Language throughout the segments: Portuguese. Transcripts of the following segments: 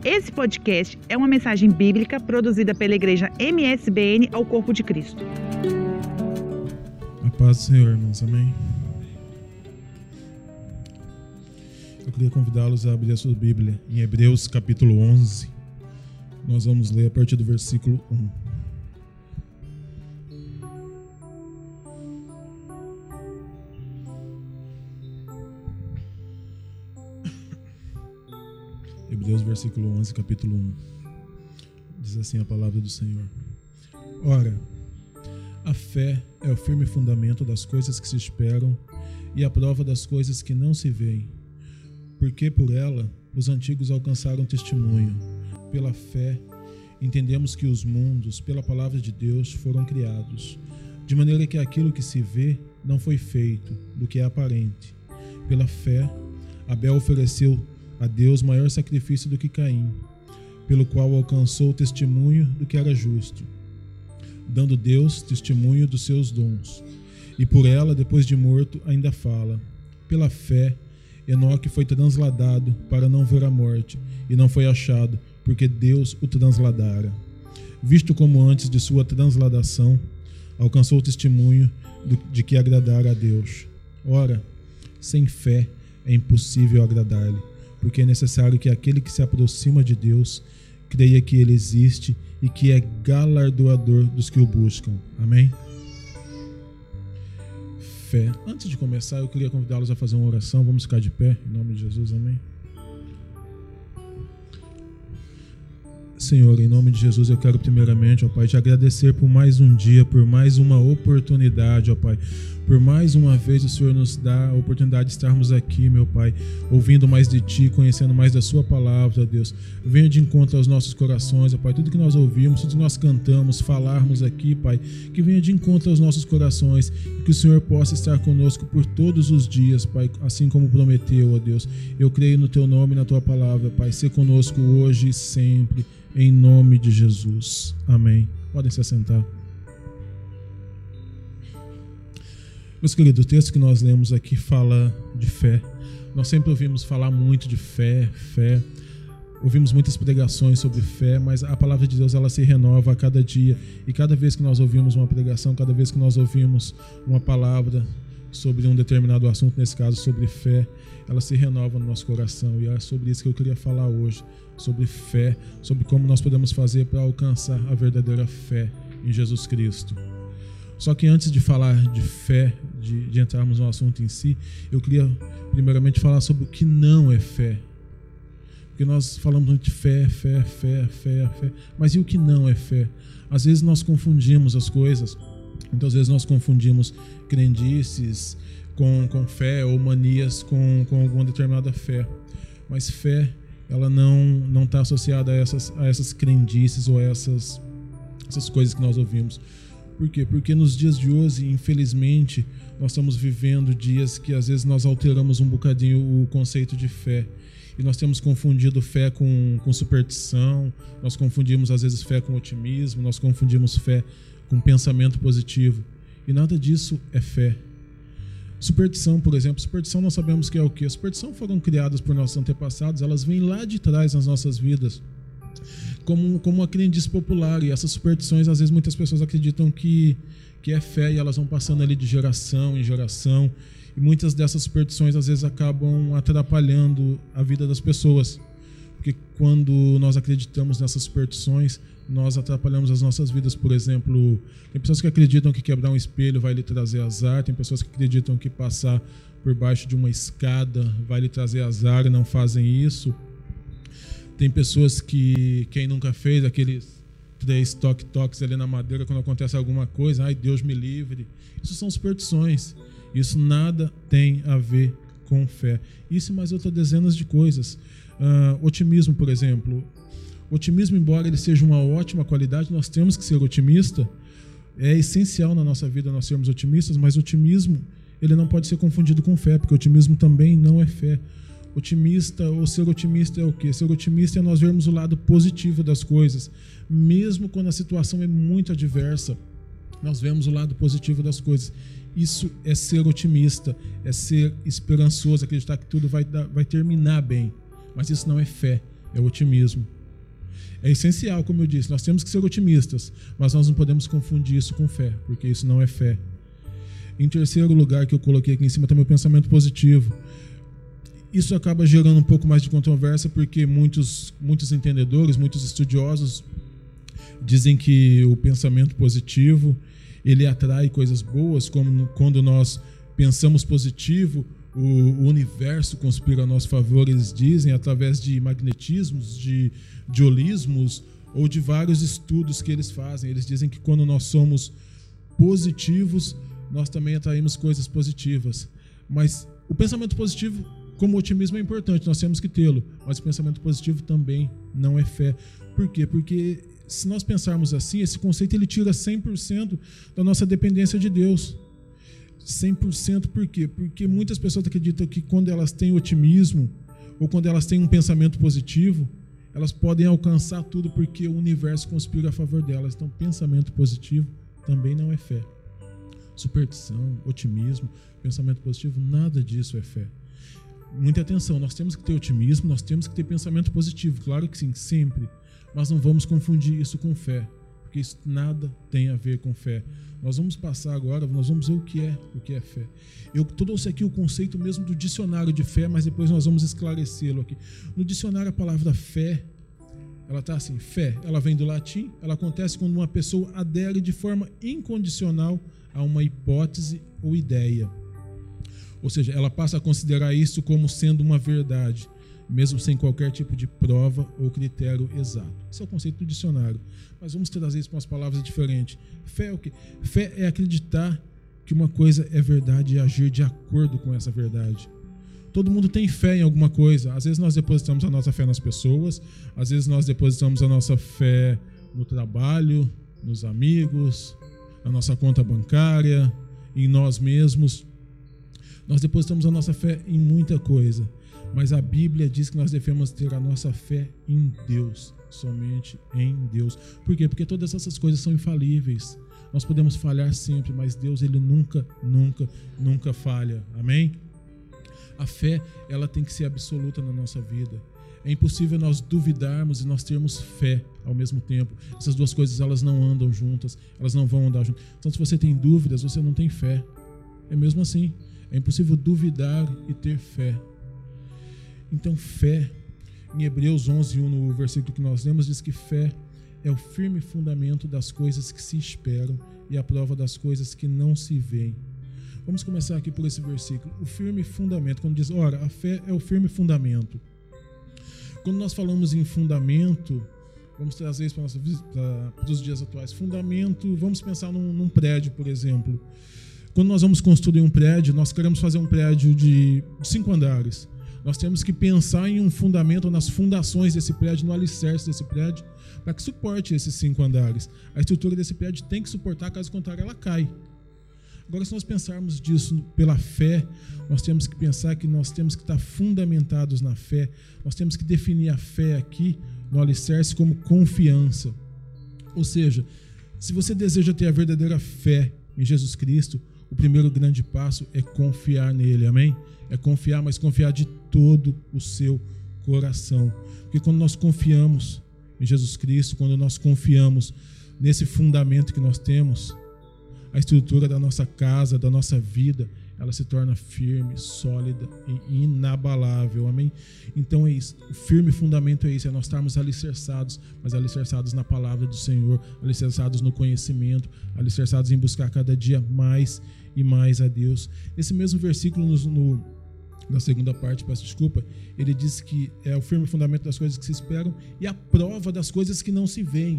Esse podcast é uma mensagem bíblica produzida pela Igreja MSBN ao Corpo de Cristo. A paz do Senhor, irmãos. Amém? Eu queria convidá-los a abrir a sua Bíblia em Hebreus capítulo 11. Nós vamos ler a partir do versículo 1. Hebreus versículo 11, capítulo 1. Diz assim a palavra do Senhor. Ora, a fé é o firme fundamento das coisas que se esperam e a prova das coisas que não se veem. Porque por ela os antigos alcançaram testemunho. Pela fé entendemos que os mundos, pela palavra de Deus, foram criados, de maneira que aquilo que se vê não foi feito do que é aparente. Pela fé, Abel ofereceu a Deus maior sacrifício do que Caim, pelo qual alcançou o testemunho do que era justo, dando Deus testemunho dos seus dons. E por ela, depois de morto, ainda fala. Pela fé, Enoque foi transladado para não ver a morte, e não foi achado, porque Deus o transladara. Visto como antes de sua transladação, alcançou o testemunho de que agradara a Deus. Ora, sem fé é impossível agradar-lhe, porque é necessário que aquele que se aproxima de Deus creia que Ele existe e que é galardoador dos que o buscam. Amém? Fé. Antes de começar, eu queria convidá-los a fazer uma oração. Vamos ficar de pé, em nome de Jesus. Amém? Senhor, em nome de Jesus, eu quero primeiramente, ó Pai, te agradecer por mais um dia, por mais uma oportunidade, ó Pai. Por mais uma vez o Senhor nos dá a oportunidade de estarmos aqui, meu Pai, ouvindo mais de Ti, conhecendo mais da Sua palavra, ó Deus. Venha de encontro aos nossos corações, ó Pai, tudo que nós ouvimos, tudo que nós cantamos, falarmos aqui, Pai, que venha de encontro aos nossos corações e que o Senhor possa estar conosco por todos os dias, Pai, assim como prometeu, ó Deus. Eu creio no Teu nome e na Tua palavra, Pai, ser conosco hoje e sempre, em nome de Jesus. Amém. Podem se assentar. Meus queridos, o texto que nós lemos aqui fala de fé. Nós sempre ouvimos falar muito de fé. Ouvimos muitas pregações sobre fé, mas a palavra de Deus ela se renova a cada dia. E cada vez que nós ouvimos uma pregação, cada vez que nós ouvimos uma palavra sobre um determinado assunto, nesse caso sobre fé, ela se renova no nosso coração. E é sobre isso que eu queria falar hoje, sobre fé, sobre como nós podemos fazer para alcançar a verdadeira fé em Jesus Cristo. Só que antes de falar de fé, de entrarmos no assunto em si, eu queria primeiramente falar sobre o que não é fé. Porque nós falamos muito de fé, mas e o que não é fé? Às vezes nós confundimos as coisas. Muitas vezes nós confundimos crendices com fé ou manias com alguma determinada fé. Mas fé, ela não está associada a essas crendices ou a essas coisas que nós ouvimos. Por quê? Porque nos dias de hoje, infelizmente, nós estamos vivendo dias que às vezes nós alteramos um bocadinho o conceito de fé. E nós temos confundido fé com superstição, nós confundimos às vezes fé com otimismo, nós confundimos fé com pensamento positivo. E nada disso é fé. Superstição, por exemplo, superstição nós sabemos que é o quê? Superstição foram criadas por nossos antepassados, elas vêm lá de trás nas nossas vidas, como uma crendice popular. E essas superstições, às vezes muitas pessoas acreditam que é fé e elas vão passando ali de geração em geração. E muitas dessas superstições às vezes acabam atrapalhando a vida das pessoas. Porque quando nós acreditamos nessas superstições, nós atrapalhamos as nossas vidas. Por exemplo, tem pessoas que acreditam que quebrar um espelho vai lhe trazer azar, tem pessoas que acreditam que passar por baixo de uma escada vai lhe trazer azar e não fazem isso. Tem pessoas que, quem nunca fez aqueles 3 toques ali na madeira quando acontece alguma coisa, ai, Deus me livre. Isso são superstições. Isso nada tem a ver com fé. Isso e mais outras dezenas de coisas. Otimismo, por exemplo. Otimismo, embora ele seja uma ótima qualidade, nós temos que ser otimista. É essencial na nossa vida nós sermos otimistas, mas otimismo ele não pode ser confundido com fé, porque otimismo também não é fé. Otimista ou ser otimista é o quê? Ser otimista é nós vermos o lado positivo das coisas. Mesmo quando a situação é muito adversa, nós vemos o lado positivo das coisas. Isso é ser otimista, é ser esperançoso, acreditar que tudo vai terminar bem. Mas isso não é fé. é o otimismo. É essencial, como eu disse, nós temos que ser otimistas, mas nós não podemos confundir isso com fé, porque isso não é fé. Em terceiro lugar, que eu coloquei aqui em cima, também o pensamento positivo. Isso acaba gerando um pouco mais de controvérsia, porque muitos entendedores, muitos estudiosos dizem que o pensamento positivo, ele atrai coisas boas, como quando nós pensamos positivo, o universo conspira a nosso favor, eles dizem, através de magnetismos, de holismos, ou de vários estudos que eles fazem. Eles dizem que quando nós somos positivos, nós também atraímos coisas positivas. Mas o pensamento positivo, como o otimismo, é importante, nós temos que tê-lo. Mas o pensamento positivo também não é fé. Por quê? Porque se nós pensarmos assim, esse conceito ele tira 100% da nossa dependência de Deus. 100%. Por quê? Porque muitas pessoas acreditam que quando elas têm otimismo ou quando elas têm um pensamento positivo, elas podem alcançar tudo porque o universo conspira a favor delas. Então, pensamento positivo também não é fé. Superstição, otimismo, pensamento positivo, nada disso é fé. Muita atenção, nós temos que ter otimismo, nós temos que ter pensamento positivo, claro que sim, sempre. Mas não vamos confundir isso com fé, porque isso nada tem a ver com fé. Nós vamos passar agora, nós vamos ver o que é fé. Eu trouxe aqui o conceito mesmo do dicionário de fé, mas depois nós vamos esclarecê-lo aqui. No dicionário, a palavra fé, ela está assim, fé, ela vem do latim, ela acontece quando uma pessoa adere de forma incondicional a uma hipótese ou ideia. Ou seja, ela passa a considerar isso como sendo uma verdade, mesmo sem qualquer tipo de prova ou critério exato. Esse é o conceito do dicionário. Mas vamos trazer isso para umas palavras diferentes. Fé é o quê? Fé é acreditar que uma coisa é verdade e agir de acordo com essa verdade. Todo mundo tem fé em alguma coisa. Às vezes nós depositamos a nossa fé nas pessoas, às vezes nós depositamos a nossa fé no trabalho, nos amigos, na nossa conta bancária, em nós mesmos. Nós depositamos a nossa fé em muita coisa. Mas a Bíblia diz que nós devemos ter a nossa fé em Deus, somente em Deus. Por quê? Porque todas essas coisas são infalíveis. Nós podemos falhar sempre, mas Deus, ele nunca falha. Amém? A fé, ela tem que ser absoluta na nossa vida. É impossível nós duvidarmos e nós termos fé ao mesmo tempo. Essas duas coisas, elas não andam juntas, elas não vão andar juntas. Então, se você tem dúvidas, você não tem fé. É mesmo assim. É impossível duvidar e ter fé. Então, fé, em Hebreus 11:1, no versículo que nós lemos, diz que fé é o firme fundamento das coisas que se esperam e a prova das coisas que não se veem. Vamos começar aqui por esse versículo. O firme fundamento, quando diz, ora, a fé é o firme fundamento. Quando nós falamos em fundamento, vamos trazer isso para os dias atuais. Fundamento, vamos pensar num prédio, por exemplo. Quando nós vamos construir um prédio, nós queremos fazer um prédio de 5 andares. Nós temos que pensar em um fundamento, nas fundações desse prédio, no alicerce desse prédio, para que suporte esses 5 andares. A estrutura desse prédio tem que suportar, caso contrário, ela cai. Agora, se nós pensarmos disso pela fé, nós temos que pensar que nós temos que estar fundamentados na fé. Nós temos que definir a fé aqui, no alicerce, como confiança. Ou seja, se você deseja ter a verdadeira fé em Jesus Cristo, o primeiro grande passo é confiar nele, amém? É confiar, mas confiar de todo o seu coração. Porque quando nós confiamos em Jesus Cristo, quando nós confiamos nesse fundamento que nós temos, a estrutura da nossa casa, da nossa vida, ela se torna firme, sólida e inabalável, amém? Então é isso, o firme fundamento é isso, é nós estarmos alicerçados, mas alicerçados na palavra do Senhor, alicerçados no conhecimento, alicerçados em buscar cada dia mais e mais a Deus. Nesse mesmo versículo, na segunda parte, peço desculpa, ele diz que é o firme fundamento das coisas que se esperam e a prova das coisas que não se veem.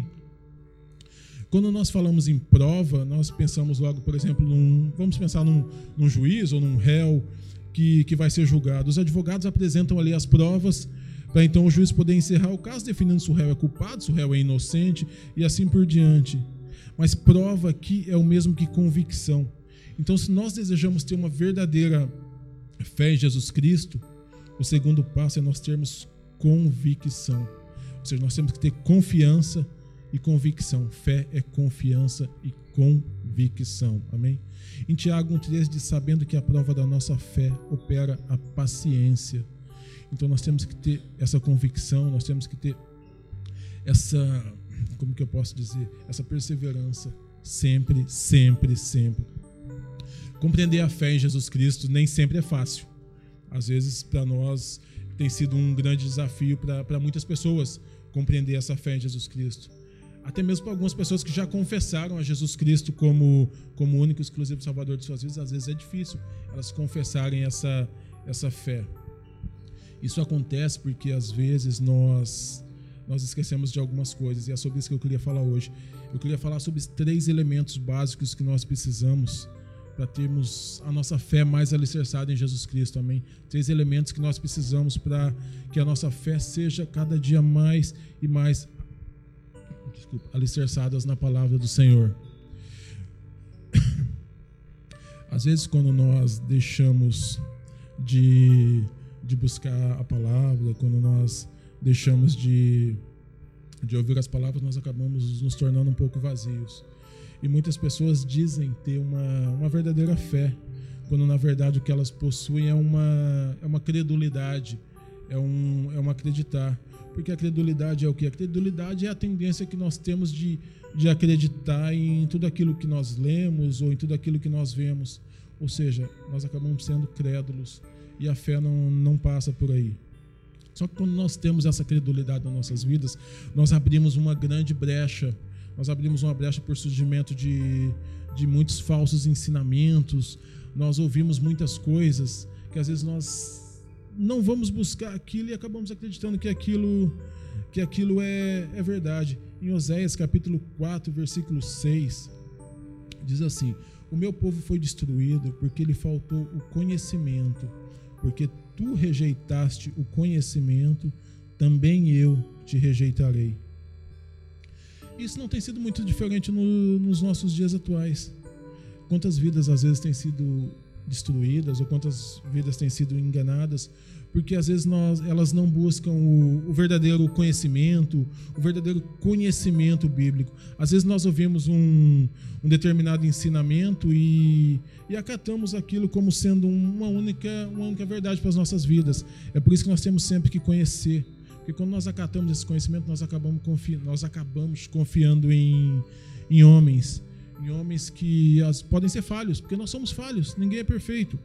Quando nós falamos em prova, nós pensamos logo, por exemplo, vamos pensar num juiz ou num réu que vai ser julgado. Os advogados apresentam ali as provas para então o juiz poder encerrar o caso, definindo se o réu é culpado, se o réu é inocente e assim por diante. Mas prova aqui é o mesmo que convicção. Então, se nós desejamos ter uma verdadeira fé em Jesus Cristo, o segundo passo é nós termos convicção. Ou seja, nós temos que ter confiança e convicção. Fé é confiança e convicção. Amém? Em Tiago 1,3 diz, sabendo que a prova da nossa fé opera a paciência. Então nós temos que ter essa convicção, nós temos que ter essa, como que eu posso dizer, essa perseverança sempre, sempre, sempre. Compreender a fé em Jesus Cristo nem sempre é fácil. Às vezes, para nós, tem sido um grande desafio para muitas pessoas compreender essa fé em Jesus Cristo. Até mesmo para algumas pessoas que já confessaram a Jesus Cristo como único e exclusivo Salvador de suas vidas, às vezes é difícil elas confessarem essa fé. Isso acontece porque, às vezes, nós esquecemos de algumas coisas, e é sobre isso que eu queria falar hoje. Eu queria falar sobre os 3 elementos básicos que nós precisamos para termos a nossa fé mais alicerçada em Jesus Cristo, amém? 3 elementos que nós precisamos para que a nossa fé seja cada dia mais e mais alicerçadas na palavra do Senhor. Às vezes, quando nós deixamos de buscar a palavra, quando nós deixamos de ouvir as palavras, nós acabamos nos tornando um pouco vazios. E muitas pessoas dizem ter uma verdadeira fé, quando na verdade o que elas possuem é uma credulidade, é um acreditar. Porque a credulidade é o quê? A credulidade é a tendência que nós temos de acreditar em tudo aquilo que nós lemos ou em tudo aquilo que nós vemos. Ou seja, nós acabamos sendo crédulos e a fé não passa por aí. Só que quando nós temos essa credulidade nas nossas vidas, nós abrimos uma grande brecha. Nós abrimos uma brecha por surgimento de muitos falsos ensinamentos. Nós ouvimos muitas coisas que às vezes nós não vamos buscar aquilo e acabamos acreditando que aquilo é verdade. Em Oséias capítulo 4, versículo 6, diz assim: o meu povo foi destruído porque lhe faltou o conhecimento, porque tu rejeitaste o conhecimento, também eu te rejeitarei. Isso não tem sido muito diferente nos nossos dias atuais. Quantas vidas às vezes têm sido destruídas ou quantas vidas têm sido enganadas porque às vezes elas não buscam o verdadeiro conhecimento, o verdadeiro conhecimento bíblico. Às vezes nós ouvimos um determinado ensinamento e acatamos aquilo como sendo uma única verdade para as nossas vidas. É por isso que nós temos sempre que conhecer. Porque quando nós acatamos esse conhecimento, nós acabamos confiando em homens que podem ser falhos, porque nós somos falhos, ninguém é perfeito.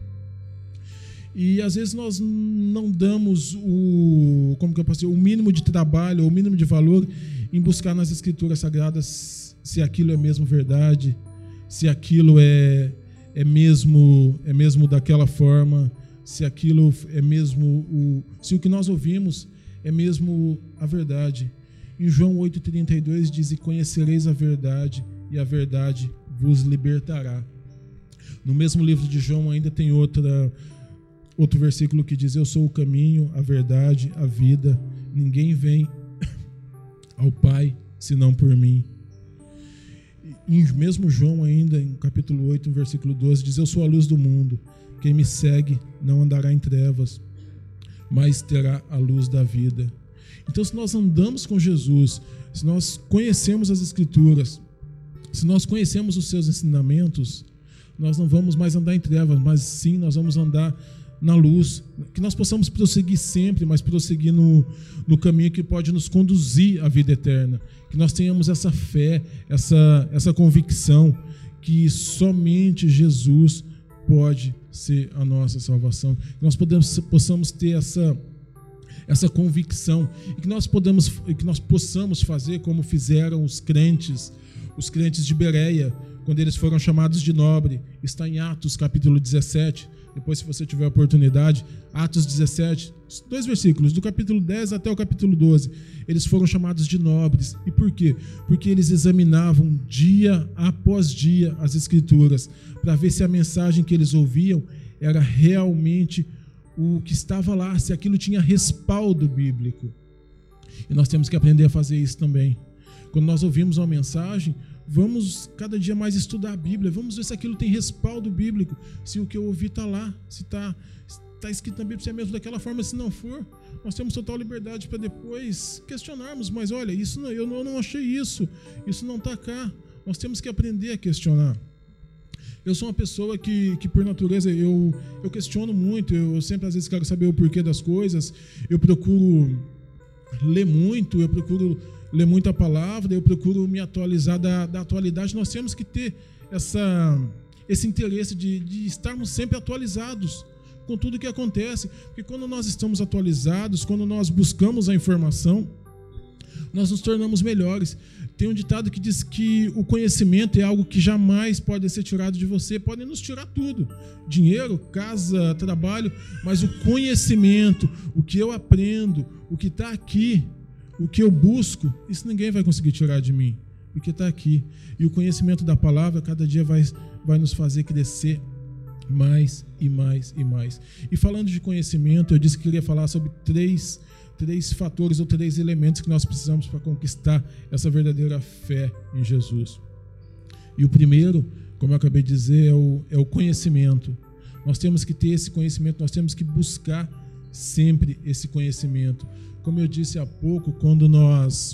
E às vezes nós não damos o mínimo de trabalho, ou o mínimo de valor em buscar nas Escrituras Sagradas se aquilo é mesmo verdade, se aquilo é mesmo daquela forma, se aquilo é mesmo se o que nós ouvimos é mesmo a verdade. Em João 8,32 diz: e conhecereis a verdade, e a verdade vos libertará. No mesmo livro de João ainda tem outro versículo que diz: eu sou o caminho, a verdade, a vida, ninguém vem ao Pai senão por mim. Em mesmo João ainda, em capítulo 8, no versículo 12, diz: eu sou a luz do mundo, quem me segue não andará em trevas, mas terá a luz da vida. Então, se nós andamos com Jesus, se nós conhecemos as Escrituras, se nós conhecemos os seus ensinamentos, nós não vamos mais andar em trevas, mas sim nós vamos andar na luz. Que nós possamos prosseguir sempre, mas prosseguir no caminho que pode nos conduzir à vida eterna. Que nós tenhamos essa fé, essa convicção que somente Jesus pode ser a nossa salvação. Que nós possamos ter essa convicção e que nós possamos fazer como fizeram os crentes de Bereia, quando eles foram chamados de nobre. Está em Atos capítulo 17. Depois, se você tiver a oportunidade, Atos 17, 2 versículos, do capítulo 10 até o capítulo 12, eles foram chamados de nobres. E por quê? Porque eles examinavam dia após dia as Escrituras, para ver se a mensagem que eles ouviam era realmente o que estava lá, se aquilo tinha respaldo bíblico. E nós temos que aprender a fazer isso também. Quando nós ouvimos uma mensagem, vamos cada dia mais estudar a Bíblia, vamos ver se aquilo tem respaldo bíblico, se o que eu ouvi está lá, se está escrito na Bíblia, se é mesmo daquela forma. Se não for, nós temos total liberdade para depois questionarmos, mas olha, eu não achei isso não está cá. Nós temos que aprender a questionar. Eu sou uma pessoa que por natureza, eu questiono muito, eu sempre às vezes quero saber o porquê das coisas, eu procuro ler muito, eu procuro ler muito a palavra, eu procuro me atualizar da atualidade. Nós temos que ter esse interesse de estarmos sempre atualizados com tudo que acontece, porque quando nós estamos atualizados, quando nós buscamos a informação, nós nos tornamos melhores. Tem um ditado que diz que o conhecimento é algo que jamais pode ser tirado de você. Podem nos tirar tudo, dinheiro, casa, trabalho, mas o conhecimento, o que eu aprendo, o que está aqui, o que eu busco, isso ninguém vai conseguir tirar de mim, porque está aqui. E o conhecimento da palavra cada dia vai nos fazer crescer mais e mais e mais. E falando de conhecimento, eu disse que queria falar sobre três fatores ou 3 elementos que nós precisamos para conquistar essa verdadeira fé em Jesus. E o primeiro, como eu acabei de dizer, é o conhecimento. Nós temos que ter esse conhecimento, nós temos que buscar sempre esse conhecimento. Como eu disse há pouco, quando nós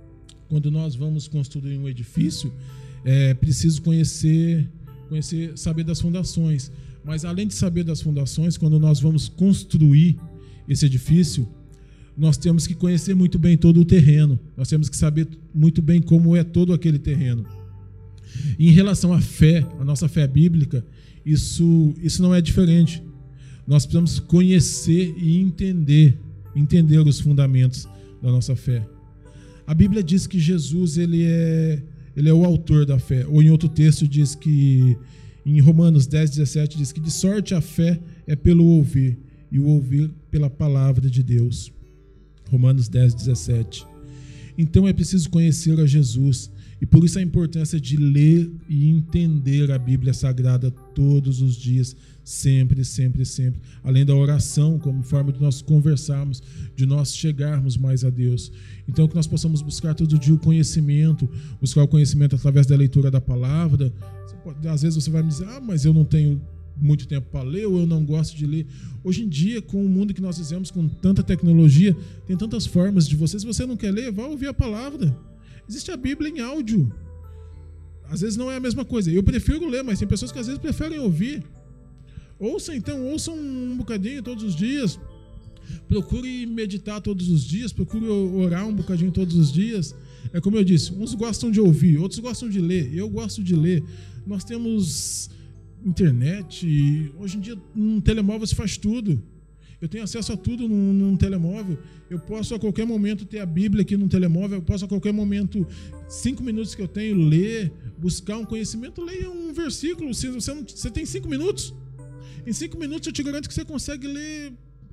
vamos construir um edifício, é preciso conhecer, saber das fundações. Mas além de saber das fundações, quando nós vamos construir esse edifício, nós temos que conhecer muito bem todo o terreno. Nós temos que saber muito bem como é todo aquele terreno. E em relação à fé, a nossa fé bíblica, isso não é diferente. Nós precisamos conhecer e entender os fundamentos da nossa fé. A Bíblia diz que Jesus ele é o autor da fé. Ou em outro texto diz que, em Romanos 10:17, diz que de sorte a fé é pelo ouvir, e o ouvir pela palavra de Deus. Romanos 10:17. Então é preciso conhecer a Jesus, e por isso a importância de ler e entender a Bíblia Sagrada todos os dias, sempre, sempre, sempre. Além da oração, como forma de nós conversarmos, de nós chegarmos mais a Deus. Então que nós possamos buscar todo dia o conhecimento, buscar o conhecimento através da leitura da palavra. Às vezes você vai me dizer, mas eu não tenho muito tempo para ler, ou eu não gosto de ler. Hoje em dia, com o mundo que nós vivemos, com tanta tecnologia, tem tantas formas de você. Se você não quer ler, vá ouvir a palavra. Existe a Bíblia em áudio. Às vezes não é a mesma coisa. Eu prefiro ler, mas tem pessoas que às vezes preferem ouvir. Ouçam um bocadinho todos os dias. Procure meditar todos os dias. Procure orar um bocadinho todos os dias. É como eu disse, uns gostam de ouvir, outros gostam de ler. Eu gosto de ler. Nós temos internet, hoje em dia um telemóvel se faz tudo. Eu tenho acesso a tudo num telemóvel. Eu posso a qualquer momento ter a Bíblia aqui no telemóvel. Eu posso a qualquer momento, 5 minutos que eu tenho, ler, buscar um conhecimento. Leia um versículo. Você tem 5 minutos. Em 5 minutos eu te garanto que você consegue ler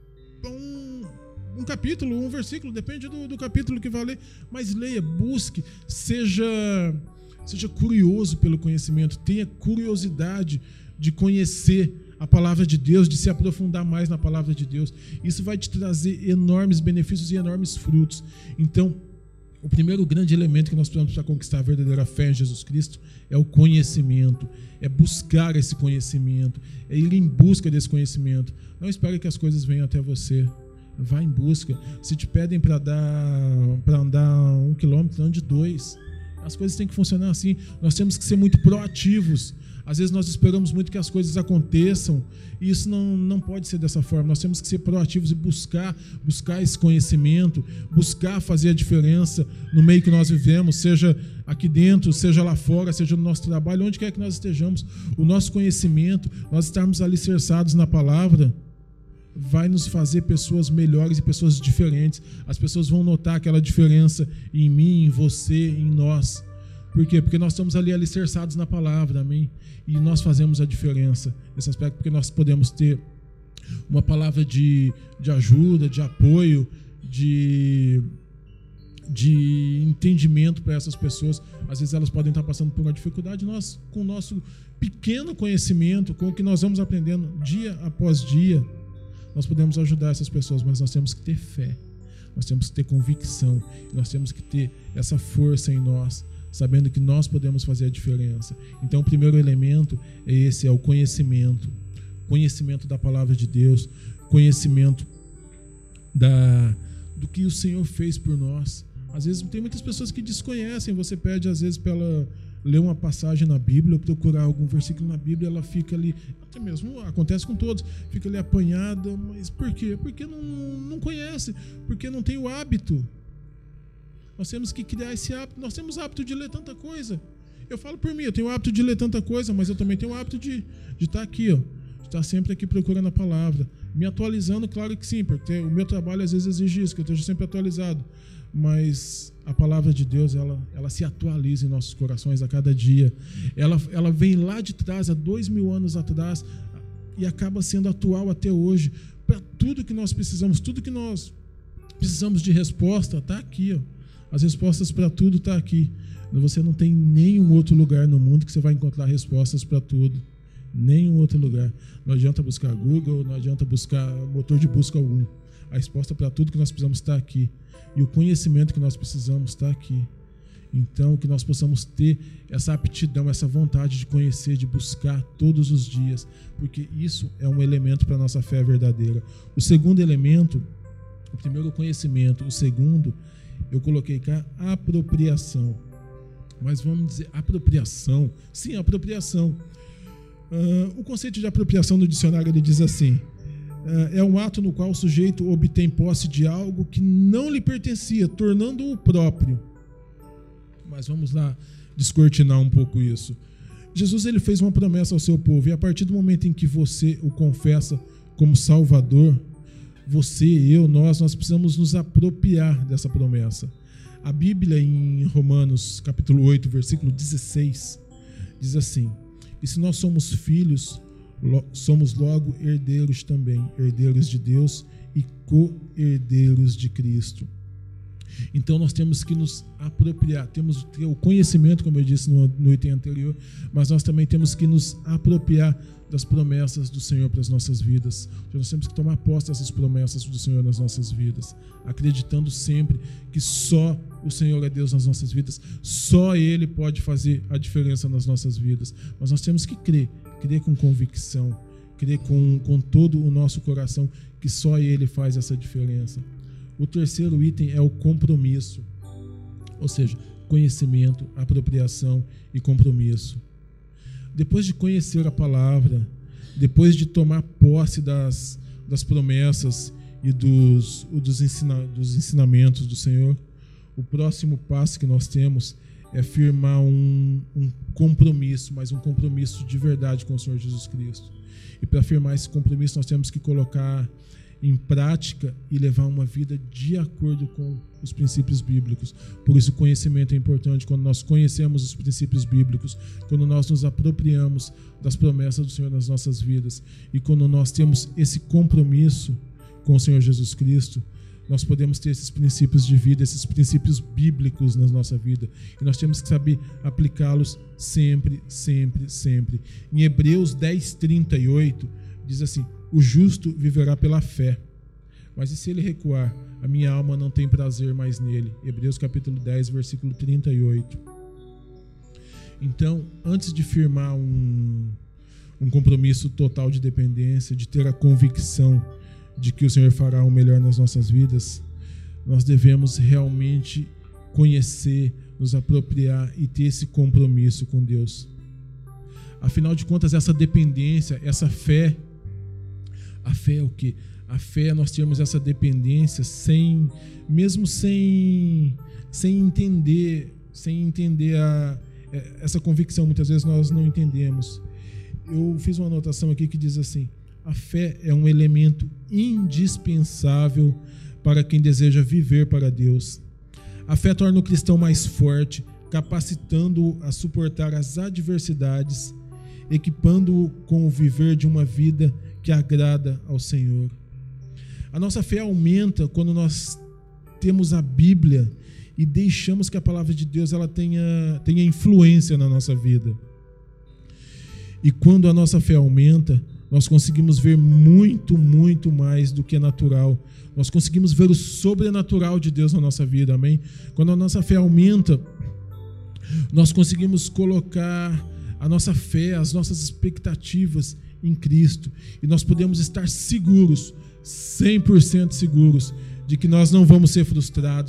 um capítulo, um versículo, depende do capítulo que vai ler. Mas leia, busque, seja curioso pelo conhecimento, tenha curiosidade de conhecer a palavra de Deus, de se aprofundar mais na palavra de Deus. Isso vai te trazer enormes benefícios e enormes frutos. Então, o primeiro grande elemento que nós precisamos para conquistar a verdadeira fé em Jesus Cristo é o conhecimento, é buscar esse conhecimento, é ir em busca desse conhecimento. Não espere que as coisas venham até você. Vá em busca. Se te pedem para andar 1 quilômetro, ande 2. As coisas têm que funcionar assim. Nós temos que ser muito proativos. Às vezes nós esperamos muito que as coisas aconteçam, e isso não pode ser dessa forma. Nós temos que ser proativos e buscar esse conhecimento, buscar fazer a diferença no meio que nós vivemos, seja aqui dentro, seja lá fora, seja no nosso trabalho, onde quer que nós estejamos. O nosso conhecimento, nós estarmos alicerçados na palavra, vai nos fazer pessoas melhores e pessoas diferentes. As pessoas vão notar aquela diferença em mim, em você, em nós. Por quê? Porque nós estamos ali alicerçados na palavra, amém? E nós fazemos a diferença nesse aspecto, porque nós podemos ter uma palavra de ajuda, de apoio, de entendimento para essas pessoas. Às vezes elas podem estar passando por uma dificuldade. Nós, com o nosso pequeno conhecimento, com o que nós vamos aprendendo dia após dia, nós podemos ajudar essas pessoas, mas nós temos que ter fé, nós temos que ter convicção, nós temos que ter essa força em nós, sabendo que nós podemos fazer a diferença. Então o primeiro elemento é o conhecimento da palavra de Deus, conhecimento do que o Senhor fez por nós. Às vezes tem muitas pessoas que desconhecem, você pede às vezes ler uma passagem na Bíblia, ou procurar algum versículo na Bíblia, ela fica ali, até mesmo acontece com todos, fica ali apanhada, mas por quê? Porque não conhece, porque não tem o hábito. Nós temos que criar esse hábito, nós temos hábito de ler tanta coisa. Eu falo por mim, eu tenho o hábito de ler tanta coisa, mas eu também tenho o hábito de estar aqui, ó, de estar sempre aqui procurando a palavra, me atualizando, claro que sim, porque o meu trabalho às vezes exige isso, que eu esteja sempre atualizado, mas a palavra de Deus, ela se atualiza em nossos corações a cada dia, ela vem lá de trás, há 2000 anos atrás, e acaba sendo atual até hoje, para tudo que nós precisamos, tudo que nós precisamos de resposta, está aqui, ó. As respostas para tudo estão aqui. Você não tem nenhum outro lugar no mundo que você vai encontrar respostas para tudo. Nenhum outro lugar. Não adianta buscar Google, não adianta buscar motor de busca algum. A resposta para tudo que nós precisamos está aqui. E o conhecimento que nós precisamos está aqui. Então, que nós possamos ter essa aptidão, essa vontade de conhecer, de buscar todos os dias. Porque isso é um elemento para a nossa fé verdadeira. O segundo elemento, o primeiro, o conhecimento. O segundo, eu coloquei cá, apropriação. Mas vamos dizer, apropriação. Sim, apropriação. O conceito de apropriação no dicionário ele diz assim: é um ato no qual o sujeito obtém posse de algo que não lhe pertencia, tornando-o próprio. Mas vamos lá descortinar um pouco isso. Jesus ele fez uma promessa ao seu povo, e a partir do momento em que você o confessa como Salvador, você, eu, nós precisamos nos apropriar dessa promessa. A Bíblia, em Romanos, capítulo 8, versículo 16, diz assim: e se nós somos filhos, somos logo herdeiros também, herdeiros de Deus e co-herdeiros de Cristo. Então nós temos que nos apropriar, temos que ter o conhecimento, como eu disse no item anterior, mas nós também temos que nos apropriar das promessas do Senhor para as nossas vidas. Então, nós temos que tomar posse dessas promessas do Senhor nas nossas vidas, acreditando sempre que só o Senhor é Deus nas nossas vidas, só Ele pode fazer a diferença nas nossas vidas. Mas nós temos que crer com convicção, crer com todo o nosso coração que só Ele faz essa diferença. O terceiro item é o compromisso, ou seja, conhecimento, apropriação e compromisso. Depois de conhecer a palavra, depois de tomar posse das promessas e dos ensinamentos do Senhor, o próximo passo que nós temos é firmar um compromisso, mas um compromisso de verdade com o Senhor Jesus Cristo. E para firmar esse compromisso, nós temos que colocar em prática e levar uma vida de acordo com os princípios bíblicos. Por isso o conhecimento é importante. Quando nós conhecemos os princípios bíblicos, quando nós nos apropriamos das promessas do Senhor nas nossas vidas e quando nós temos esse compromisso com o Senhor Jesus Cristo, nós podemos ter esses princípios de vida, esses princípios bíblicos na nossa vida, e nós temos que saber aplicá-los sempre, sempre, sempre. Em Hebreus 10:38 diz assim: o justo viverá pela fé, mas e se ele recuar? A minha alma não tem prazer mais nele. Hebreus capítulo 10, versículo 38. Então, antes de firmar um compromisso total de dependência, de ter a convicção de que o Senhor fará o melhor nas nossas vidas, nós devemos realmente conhecer, nos apropriar e ter esse compromisso com Deus. Afinal de contas, essa dependência, essa fé, a fé é o quê? A fé é nós termos essa dependência sem entender essa convicção. Muitas vezes nós não entendemos. Eu fiz uma anotação aqui que diz assim: a fé é um elemento indispensável para quem deseja viver para Deus. A fé torna o cristão mais forte, capacitando-o a suportar as adversidades, equipando-o com o viver de uma vida que agrada ao Senhor. A nossa fé aumenta quando nós temos a Bíblia e deixamos que a palavra de Deus ela tenha influência na nossa vida. E quando a nossa fé aumenta, nós conseguimos ver muito, muito mais do que é natural. Nós conseguimos ver o sobrenatural de Deus na nossa vida, amém? Quando a nossa fé aumenta, nós conseguimos colocar a nossa fé, as nossas expectativas em Cristo. E nós podemos estar seguros, 100% seguros, de que nós não vamos ser frustrados,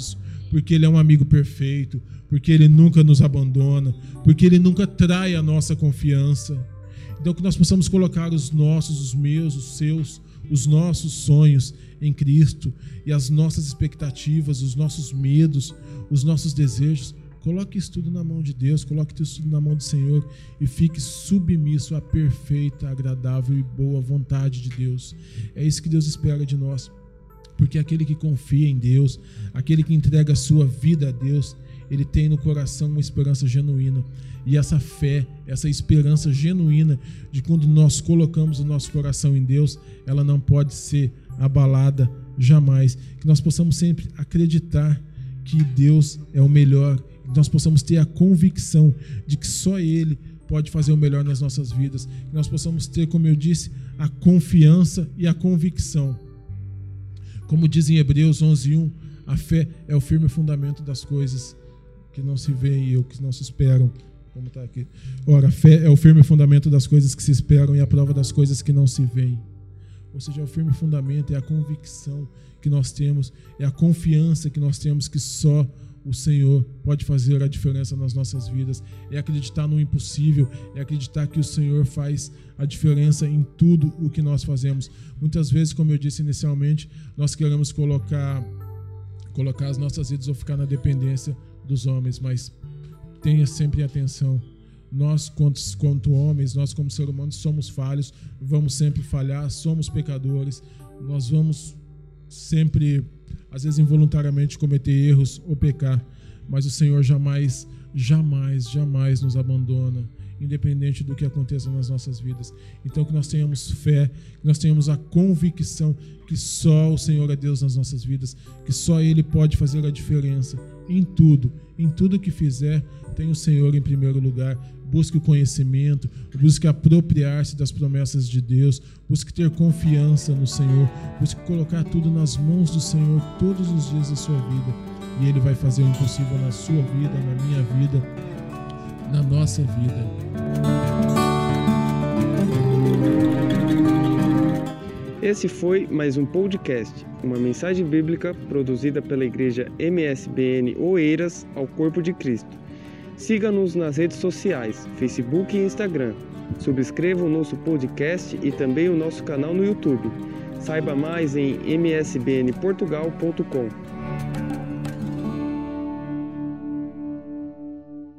porque Ele é um amigo perfeito, porque Ele nunca nos abandona, porque Ele nunca trai a nossa confiança. Então que nós possamos colocar os nossos, os meus, os seus, os nossos sonhos em Cristo e as nossas expectativas, os nossos medos, os nossos desejos. Coloque isso tudo na mão de Deus, coloque isso tudo na mão do Senhor e fique submisso à perfeita, agradável e boa vontade de Deus. É isso que Deus espera de nós, porque aquele que confia em Deus, aquele que entrega a sua vida a Deus, ele tem no coração uma esperança genuína. E essa fé, essa esperança genuína de quando nós colocamos o nosso coração em Deus, ela não pode ser abalada jamais. Que nós possamos sempre acreditar que Deus é o melhor, que nós possamos ter a convicção de que só Ele pode fazer o melhor nas nossas vidas. Que nós possamos ter, como eu disse, a confiança e a convicção. Como diz em Hebreus 11:1, a fé é o firme fundamento das coisas que não se veem e que não se esperam. Como está aqui. Ora, a fé é o firme fundamento das coisas que se esperam e a prova das coisas que não se veem. Ou seja, é o firme fundamento, é a convicção que nós temos, é a confiança que nós temos que só o Senhor pode fazer a diferença nas nossas vidas. É acreditar no impossível, é acreditar que o Senhor faz a diferença em tudo o que nós fazemos. Muitas vezes, como eu disse inicialmente, nós queremos colocar as nossas vidas ou ficar na dependência dos homens, mas tenha sempre atenção. Nós, quanto homens, nós como seres humanos somos falhos, vamos sempre falhar, somos pecadores, nós vamos sempre, às vezes involuntariamente, cometer erros ou pecar, mas o Senhor jamais nos abandona, independente do que aconteça nas nossas vidas. Então que nós tenhamos fé, que nós tenhamos a convicção que só o Senhor é Deus nas nossas vidas, que só Ele pode fazer a diferença em tudo que fizer. Tem o Senhor em primeiro lugar. Busque o conhecimento, busque apropriar-se das promessas de Deus, busque ter confiança no Senhor, busque colocar tudo nas mãos do Senhor todos os dias da sua vida, e Ele vai fazer o impossível na sua vida, na minha vida, na nossa vida. Esse foi mais um podcast, uma mensagem bíblica produzida pela Igreja MSBN Oeiras ao Corpo de Cristo. Siga-nos nas redes sociais, Facebook e Instagram. Subscreva o nosso podcast e também o nosso canal no YouTube. Saiba mais em msbnportugal.com.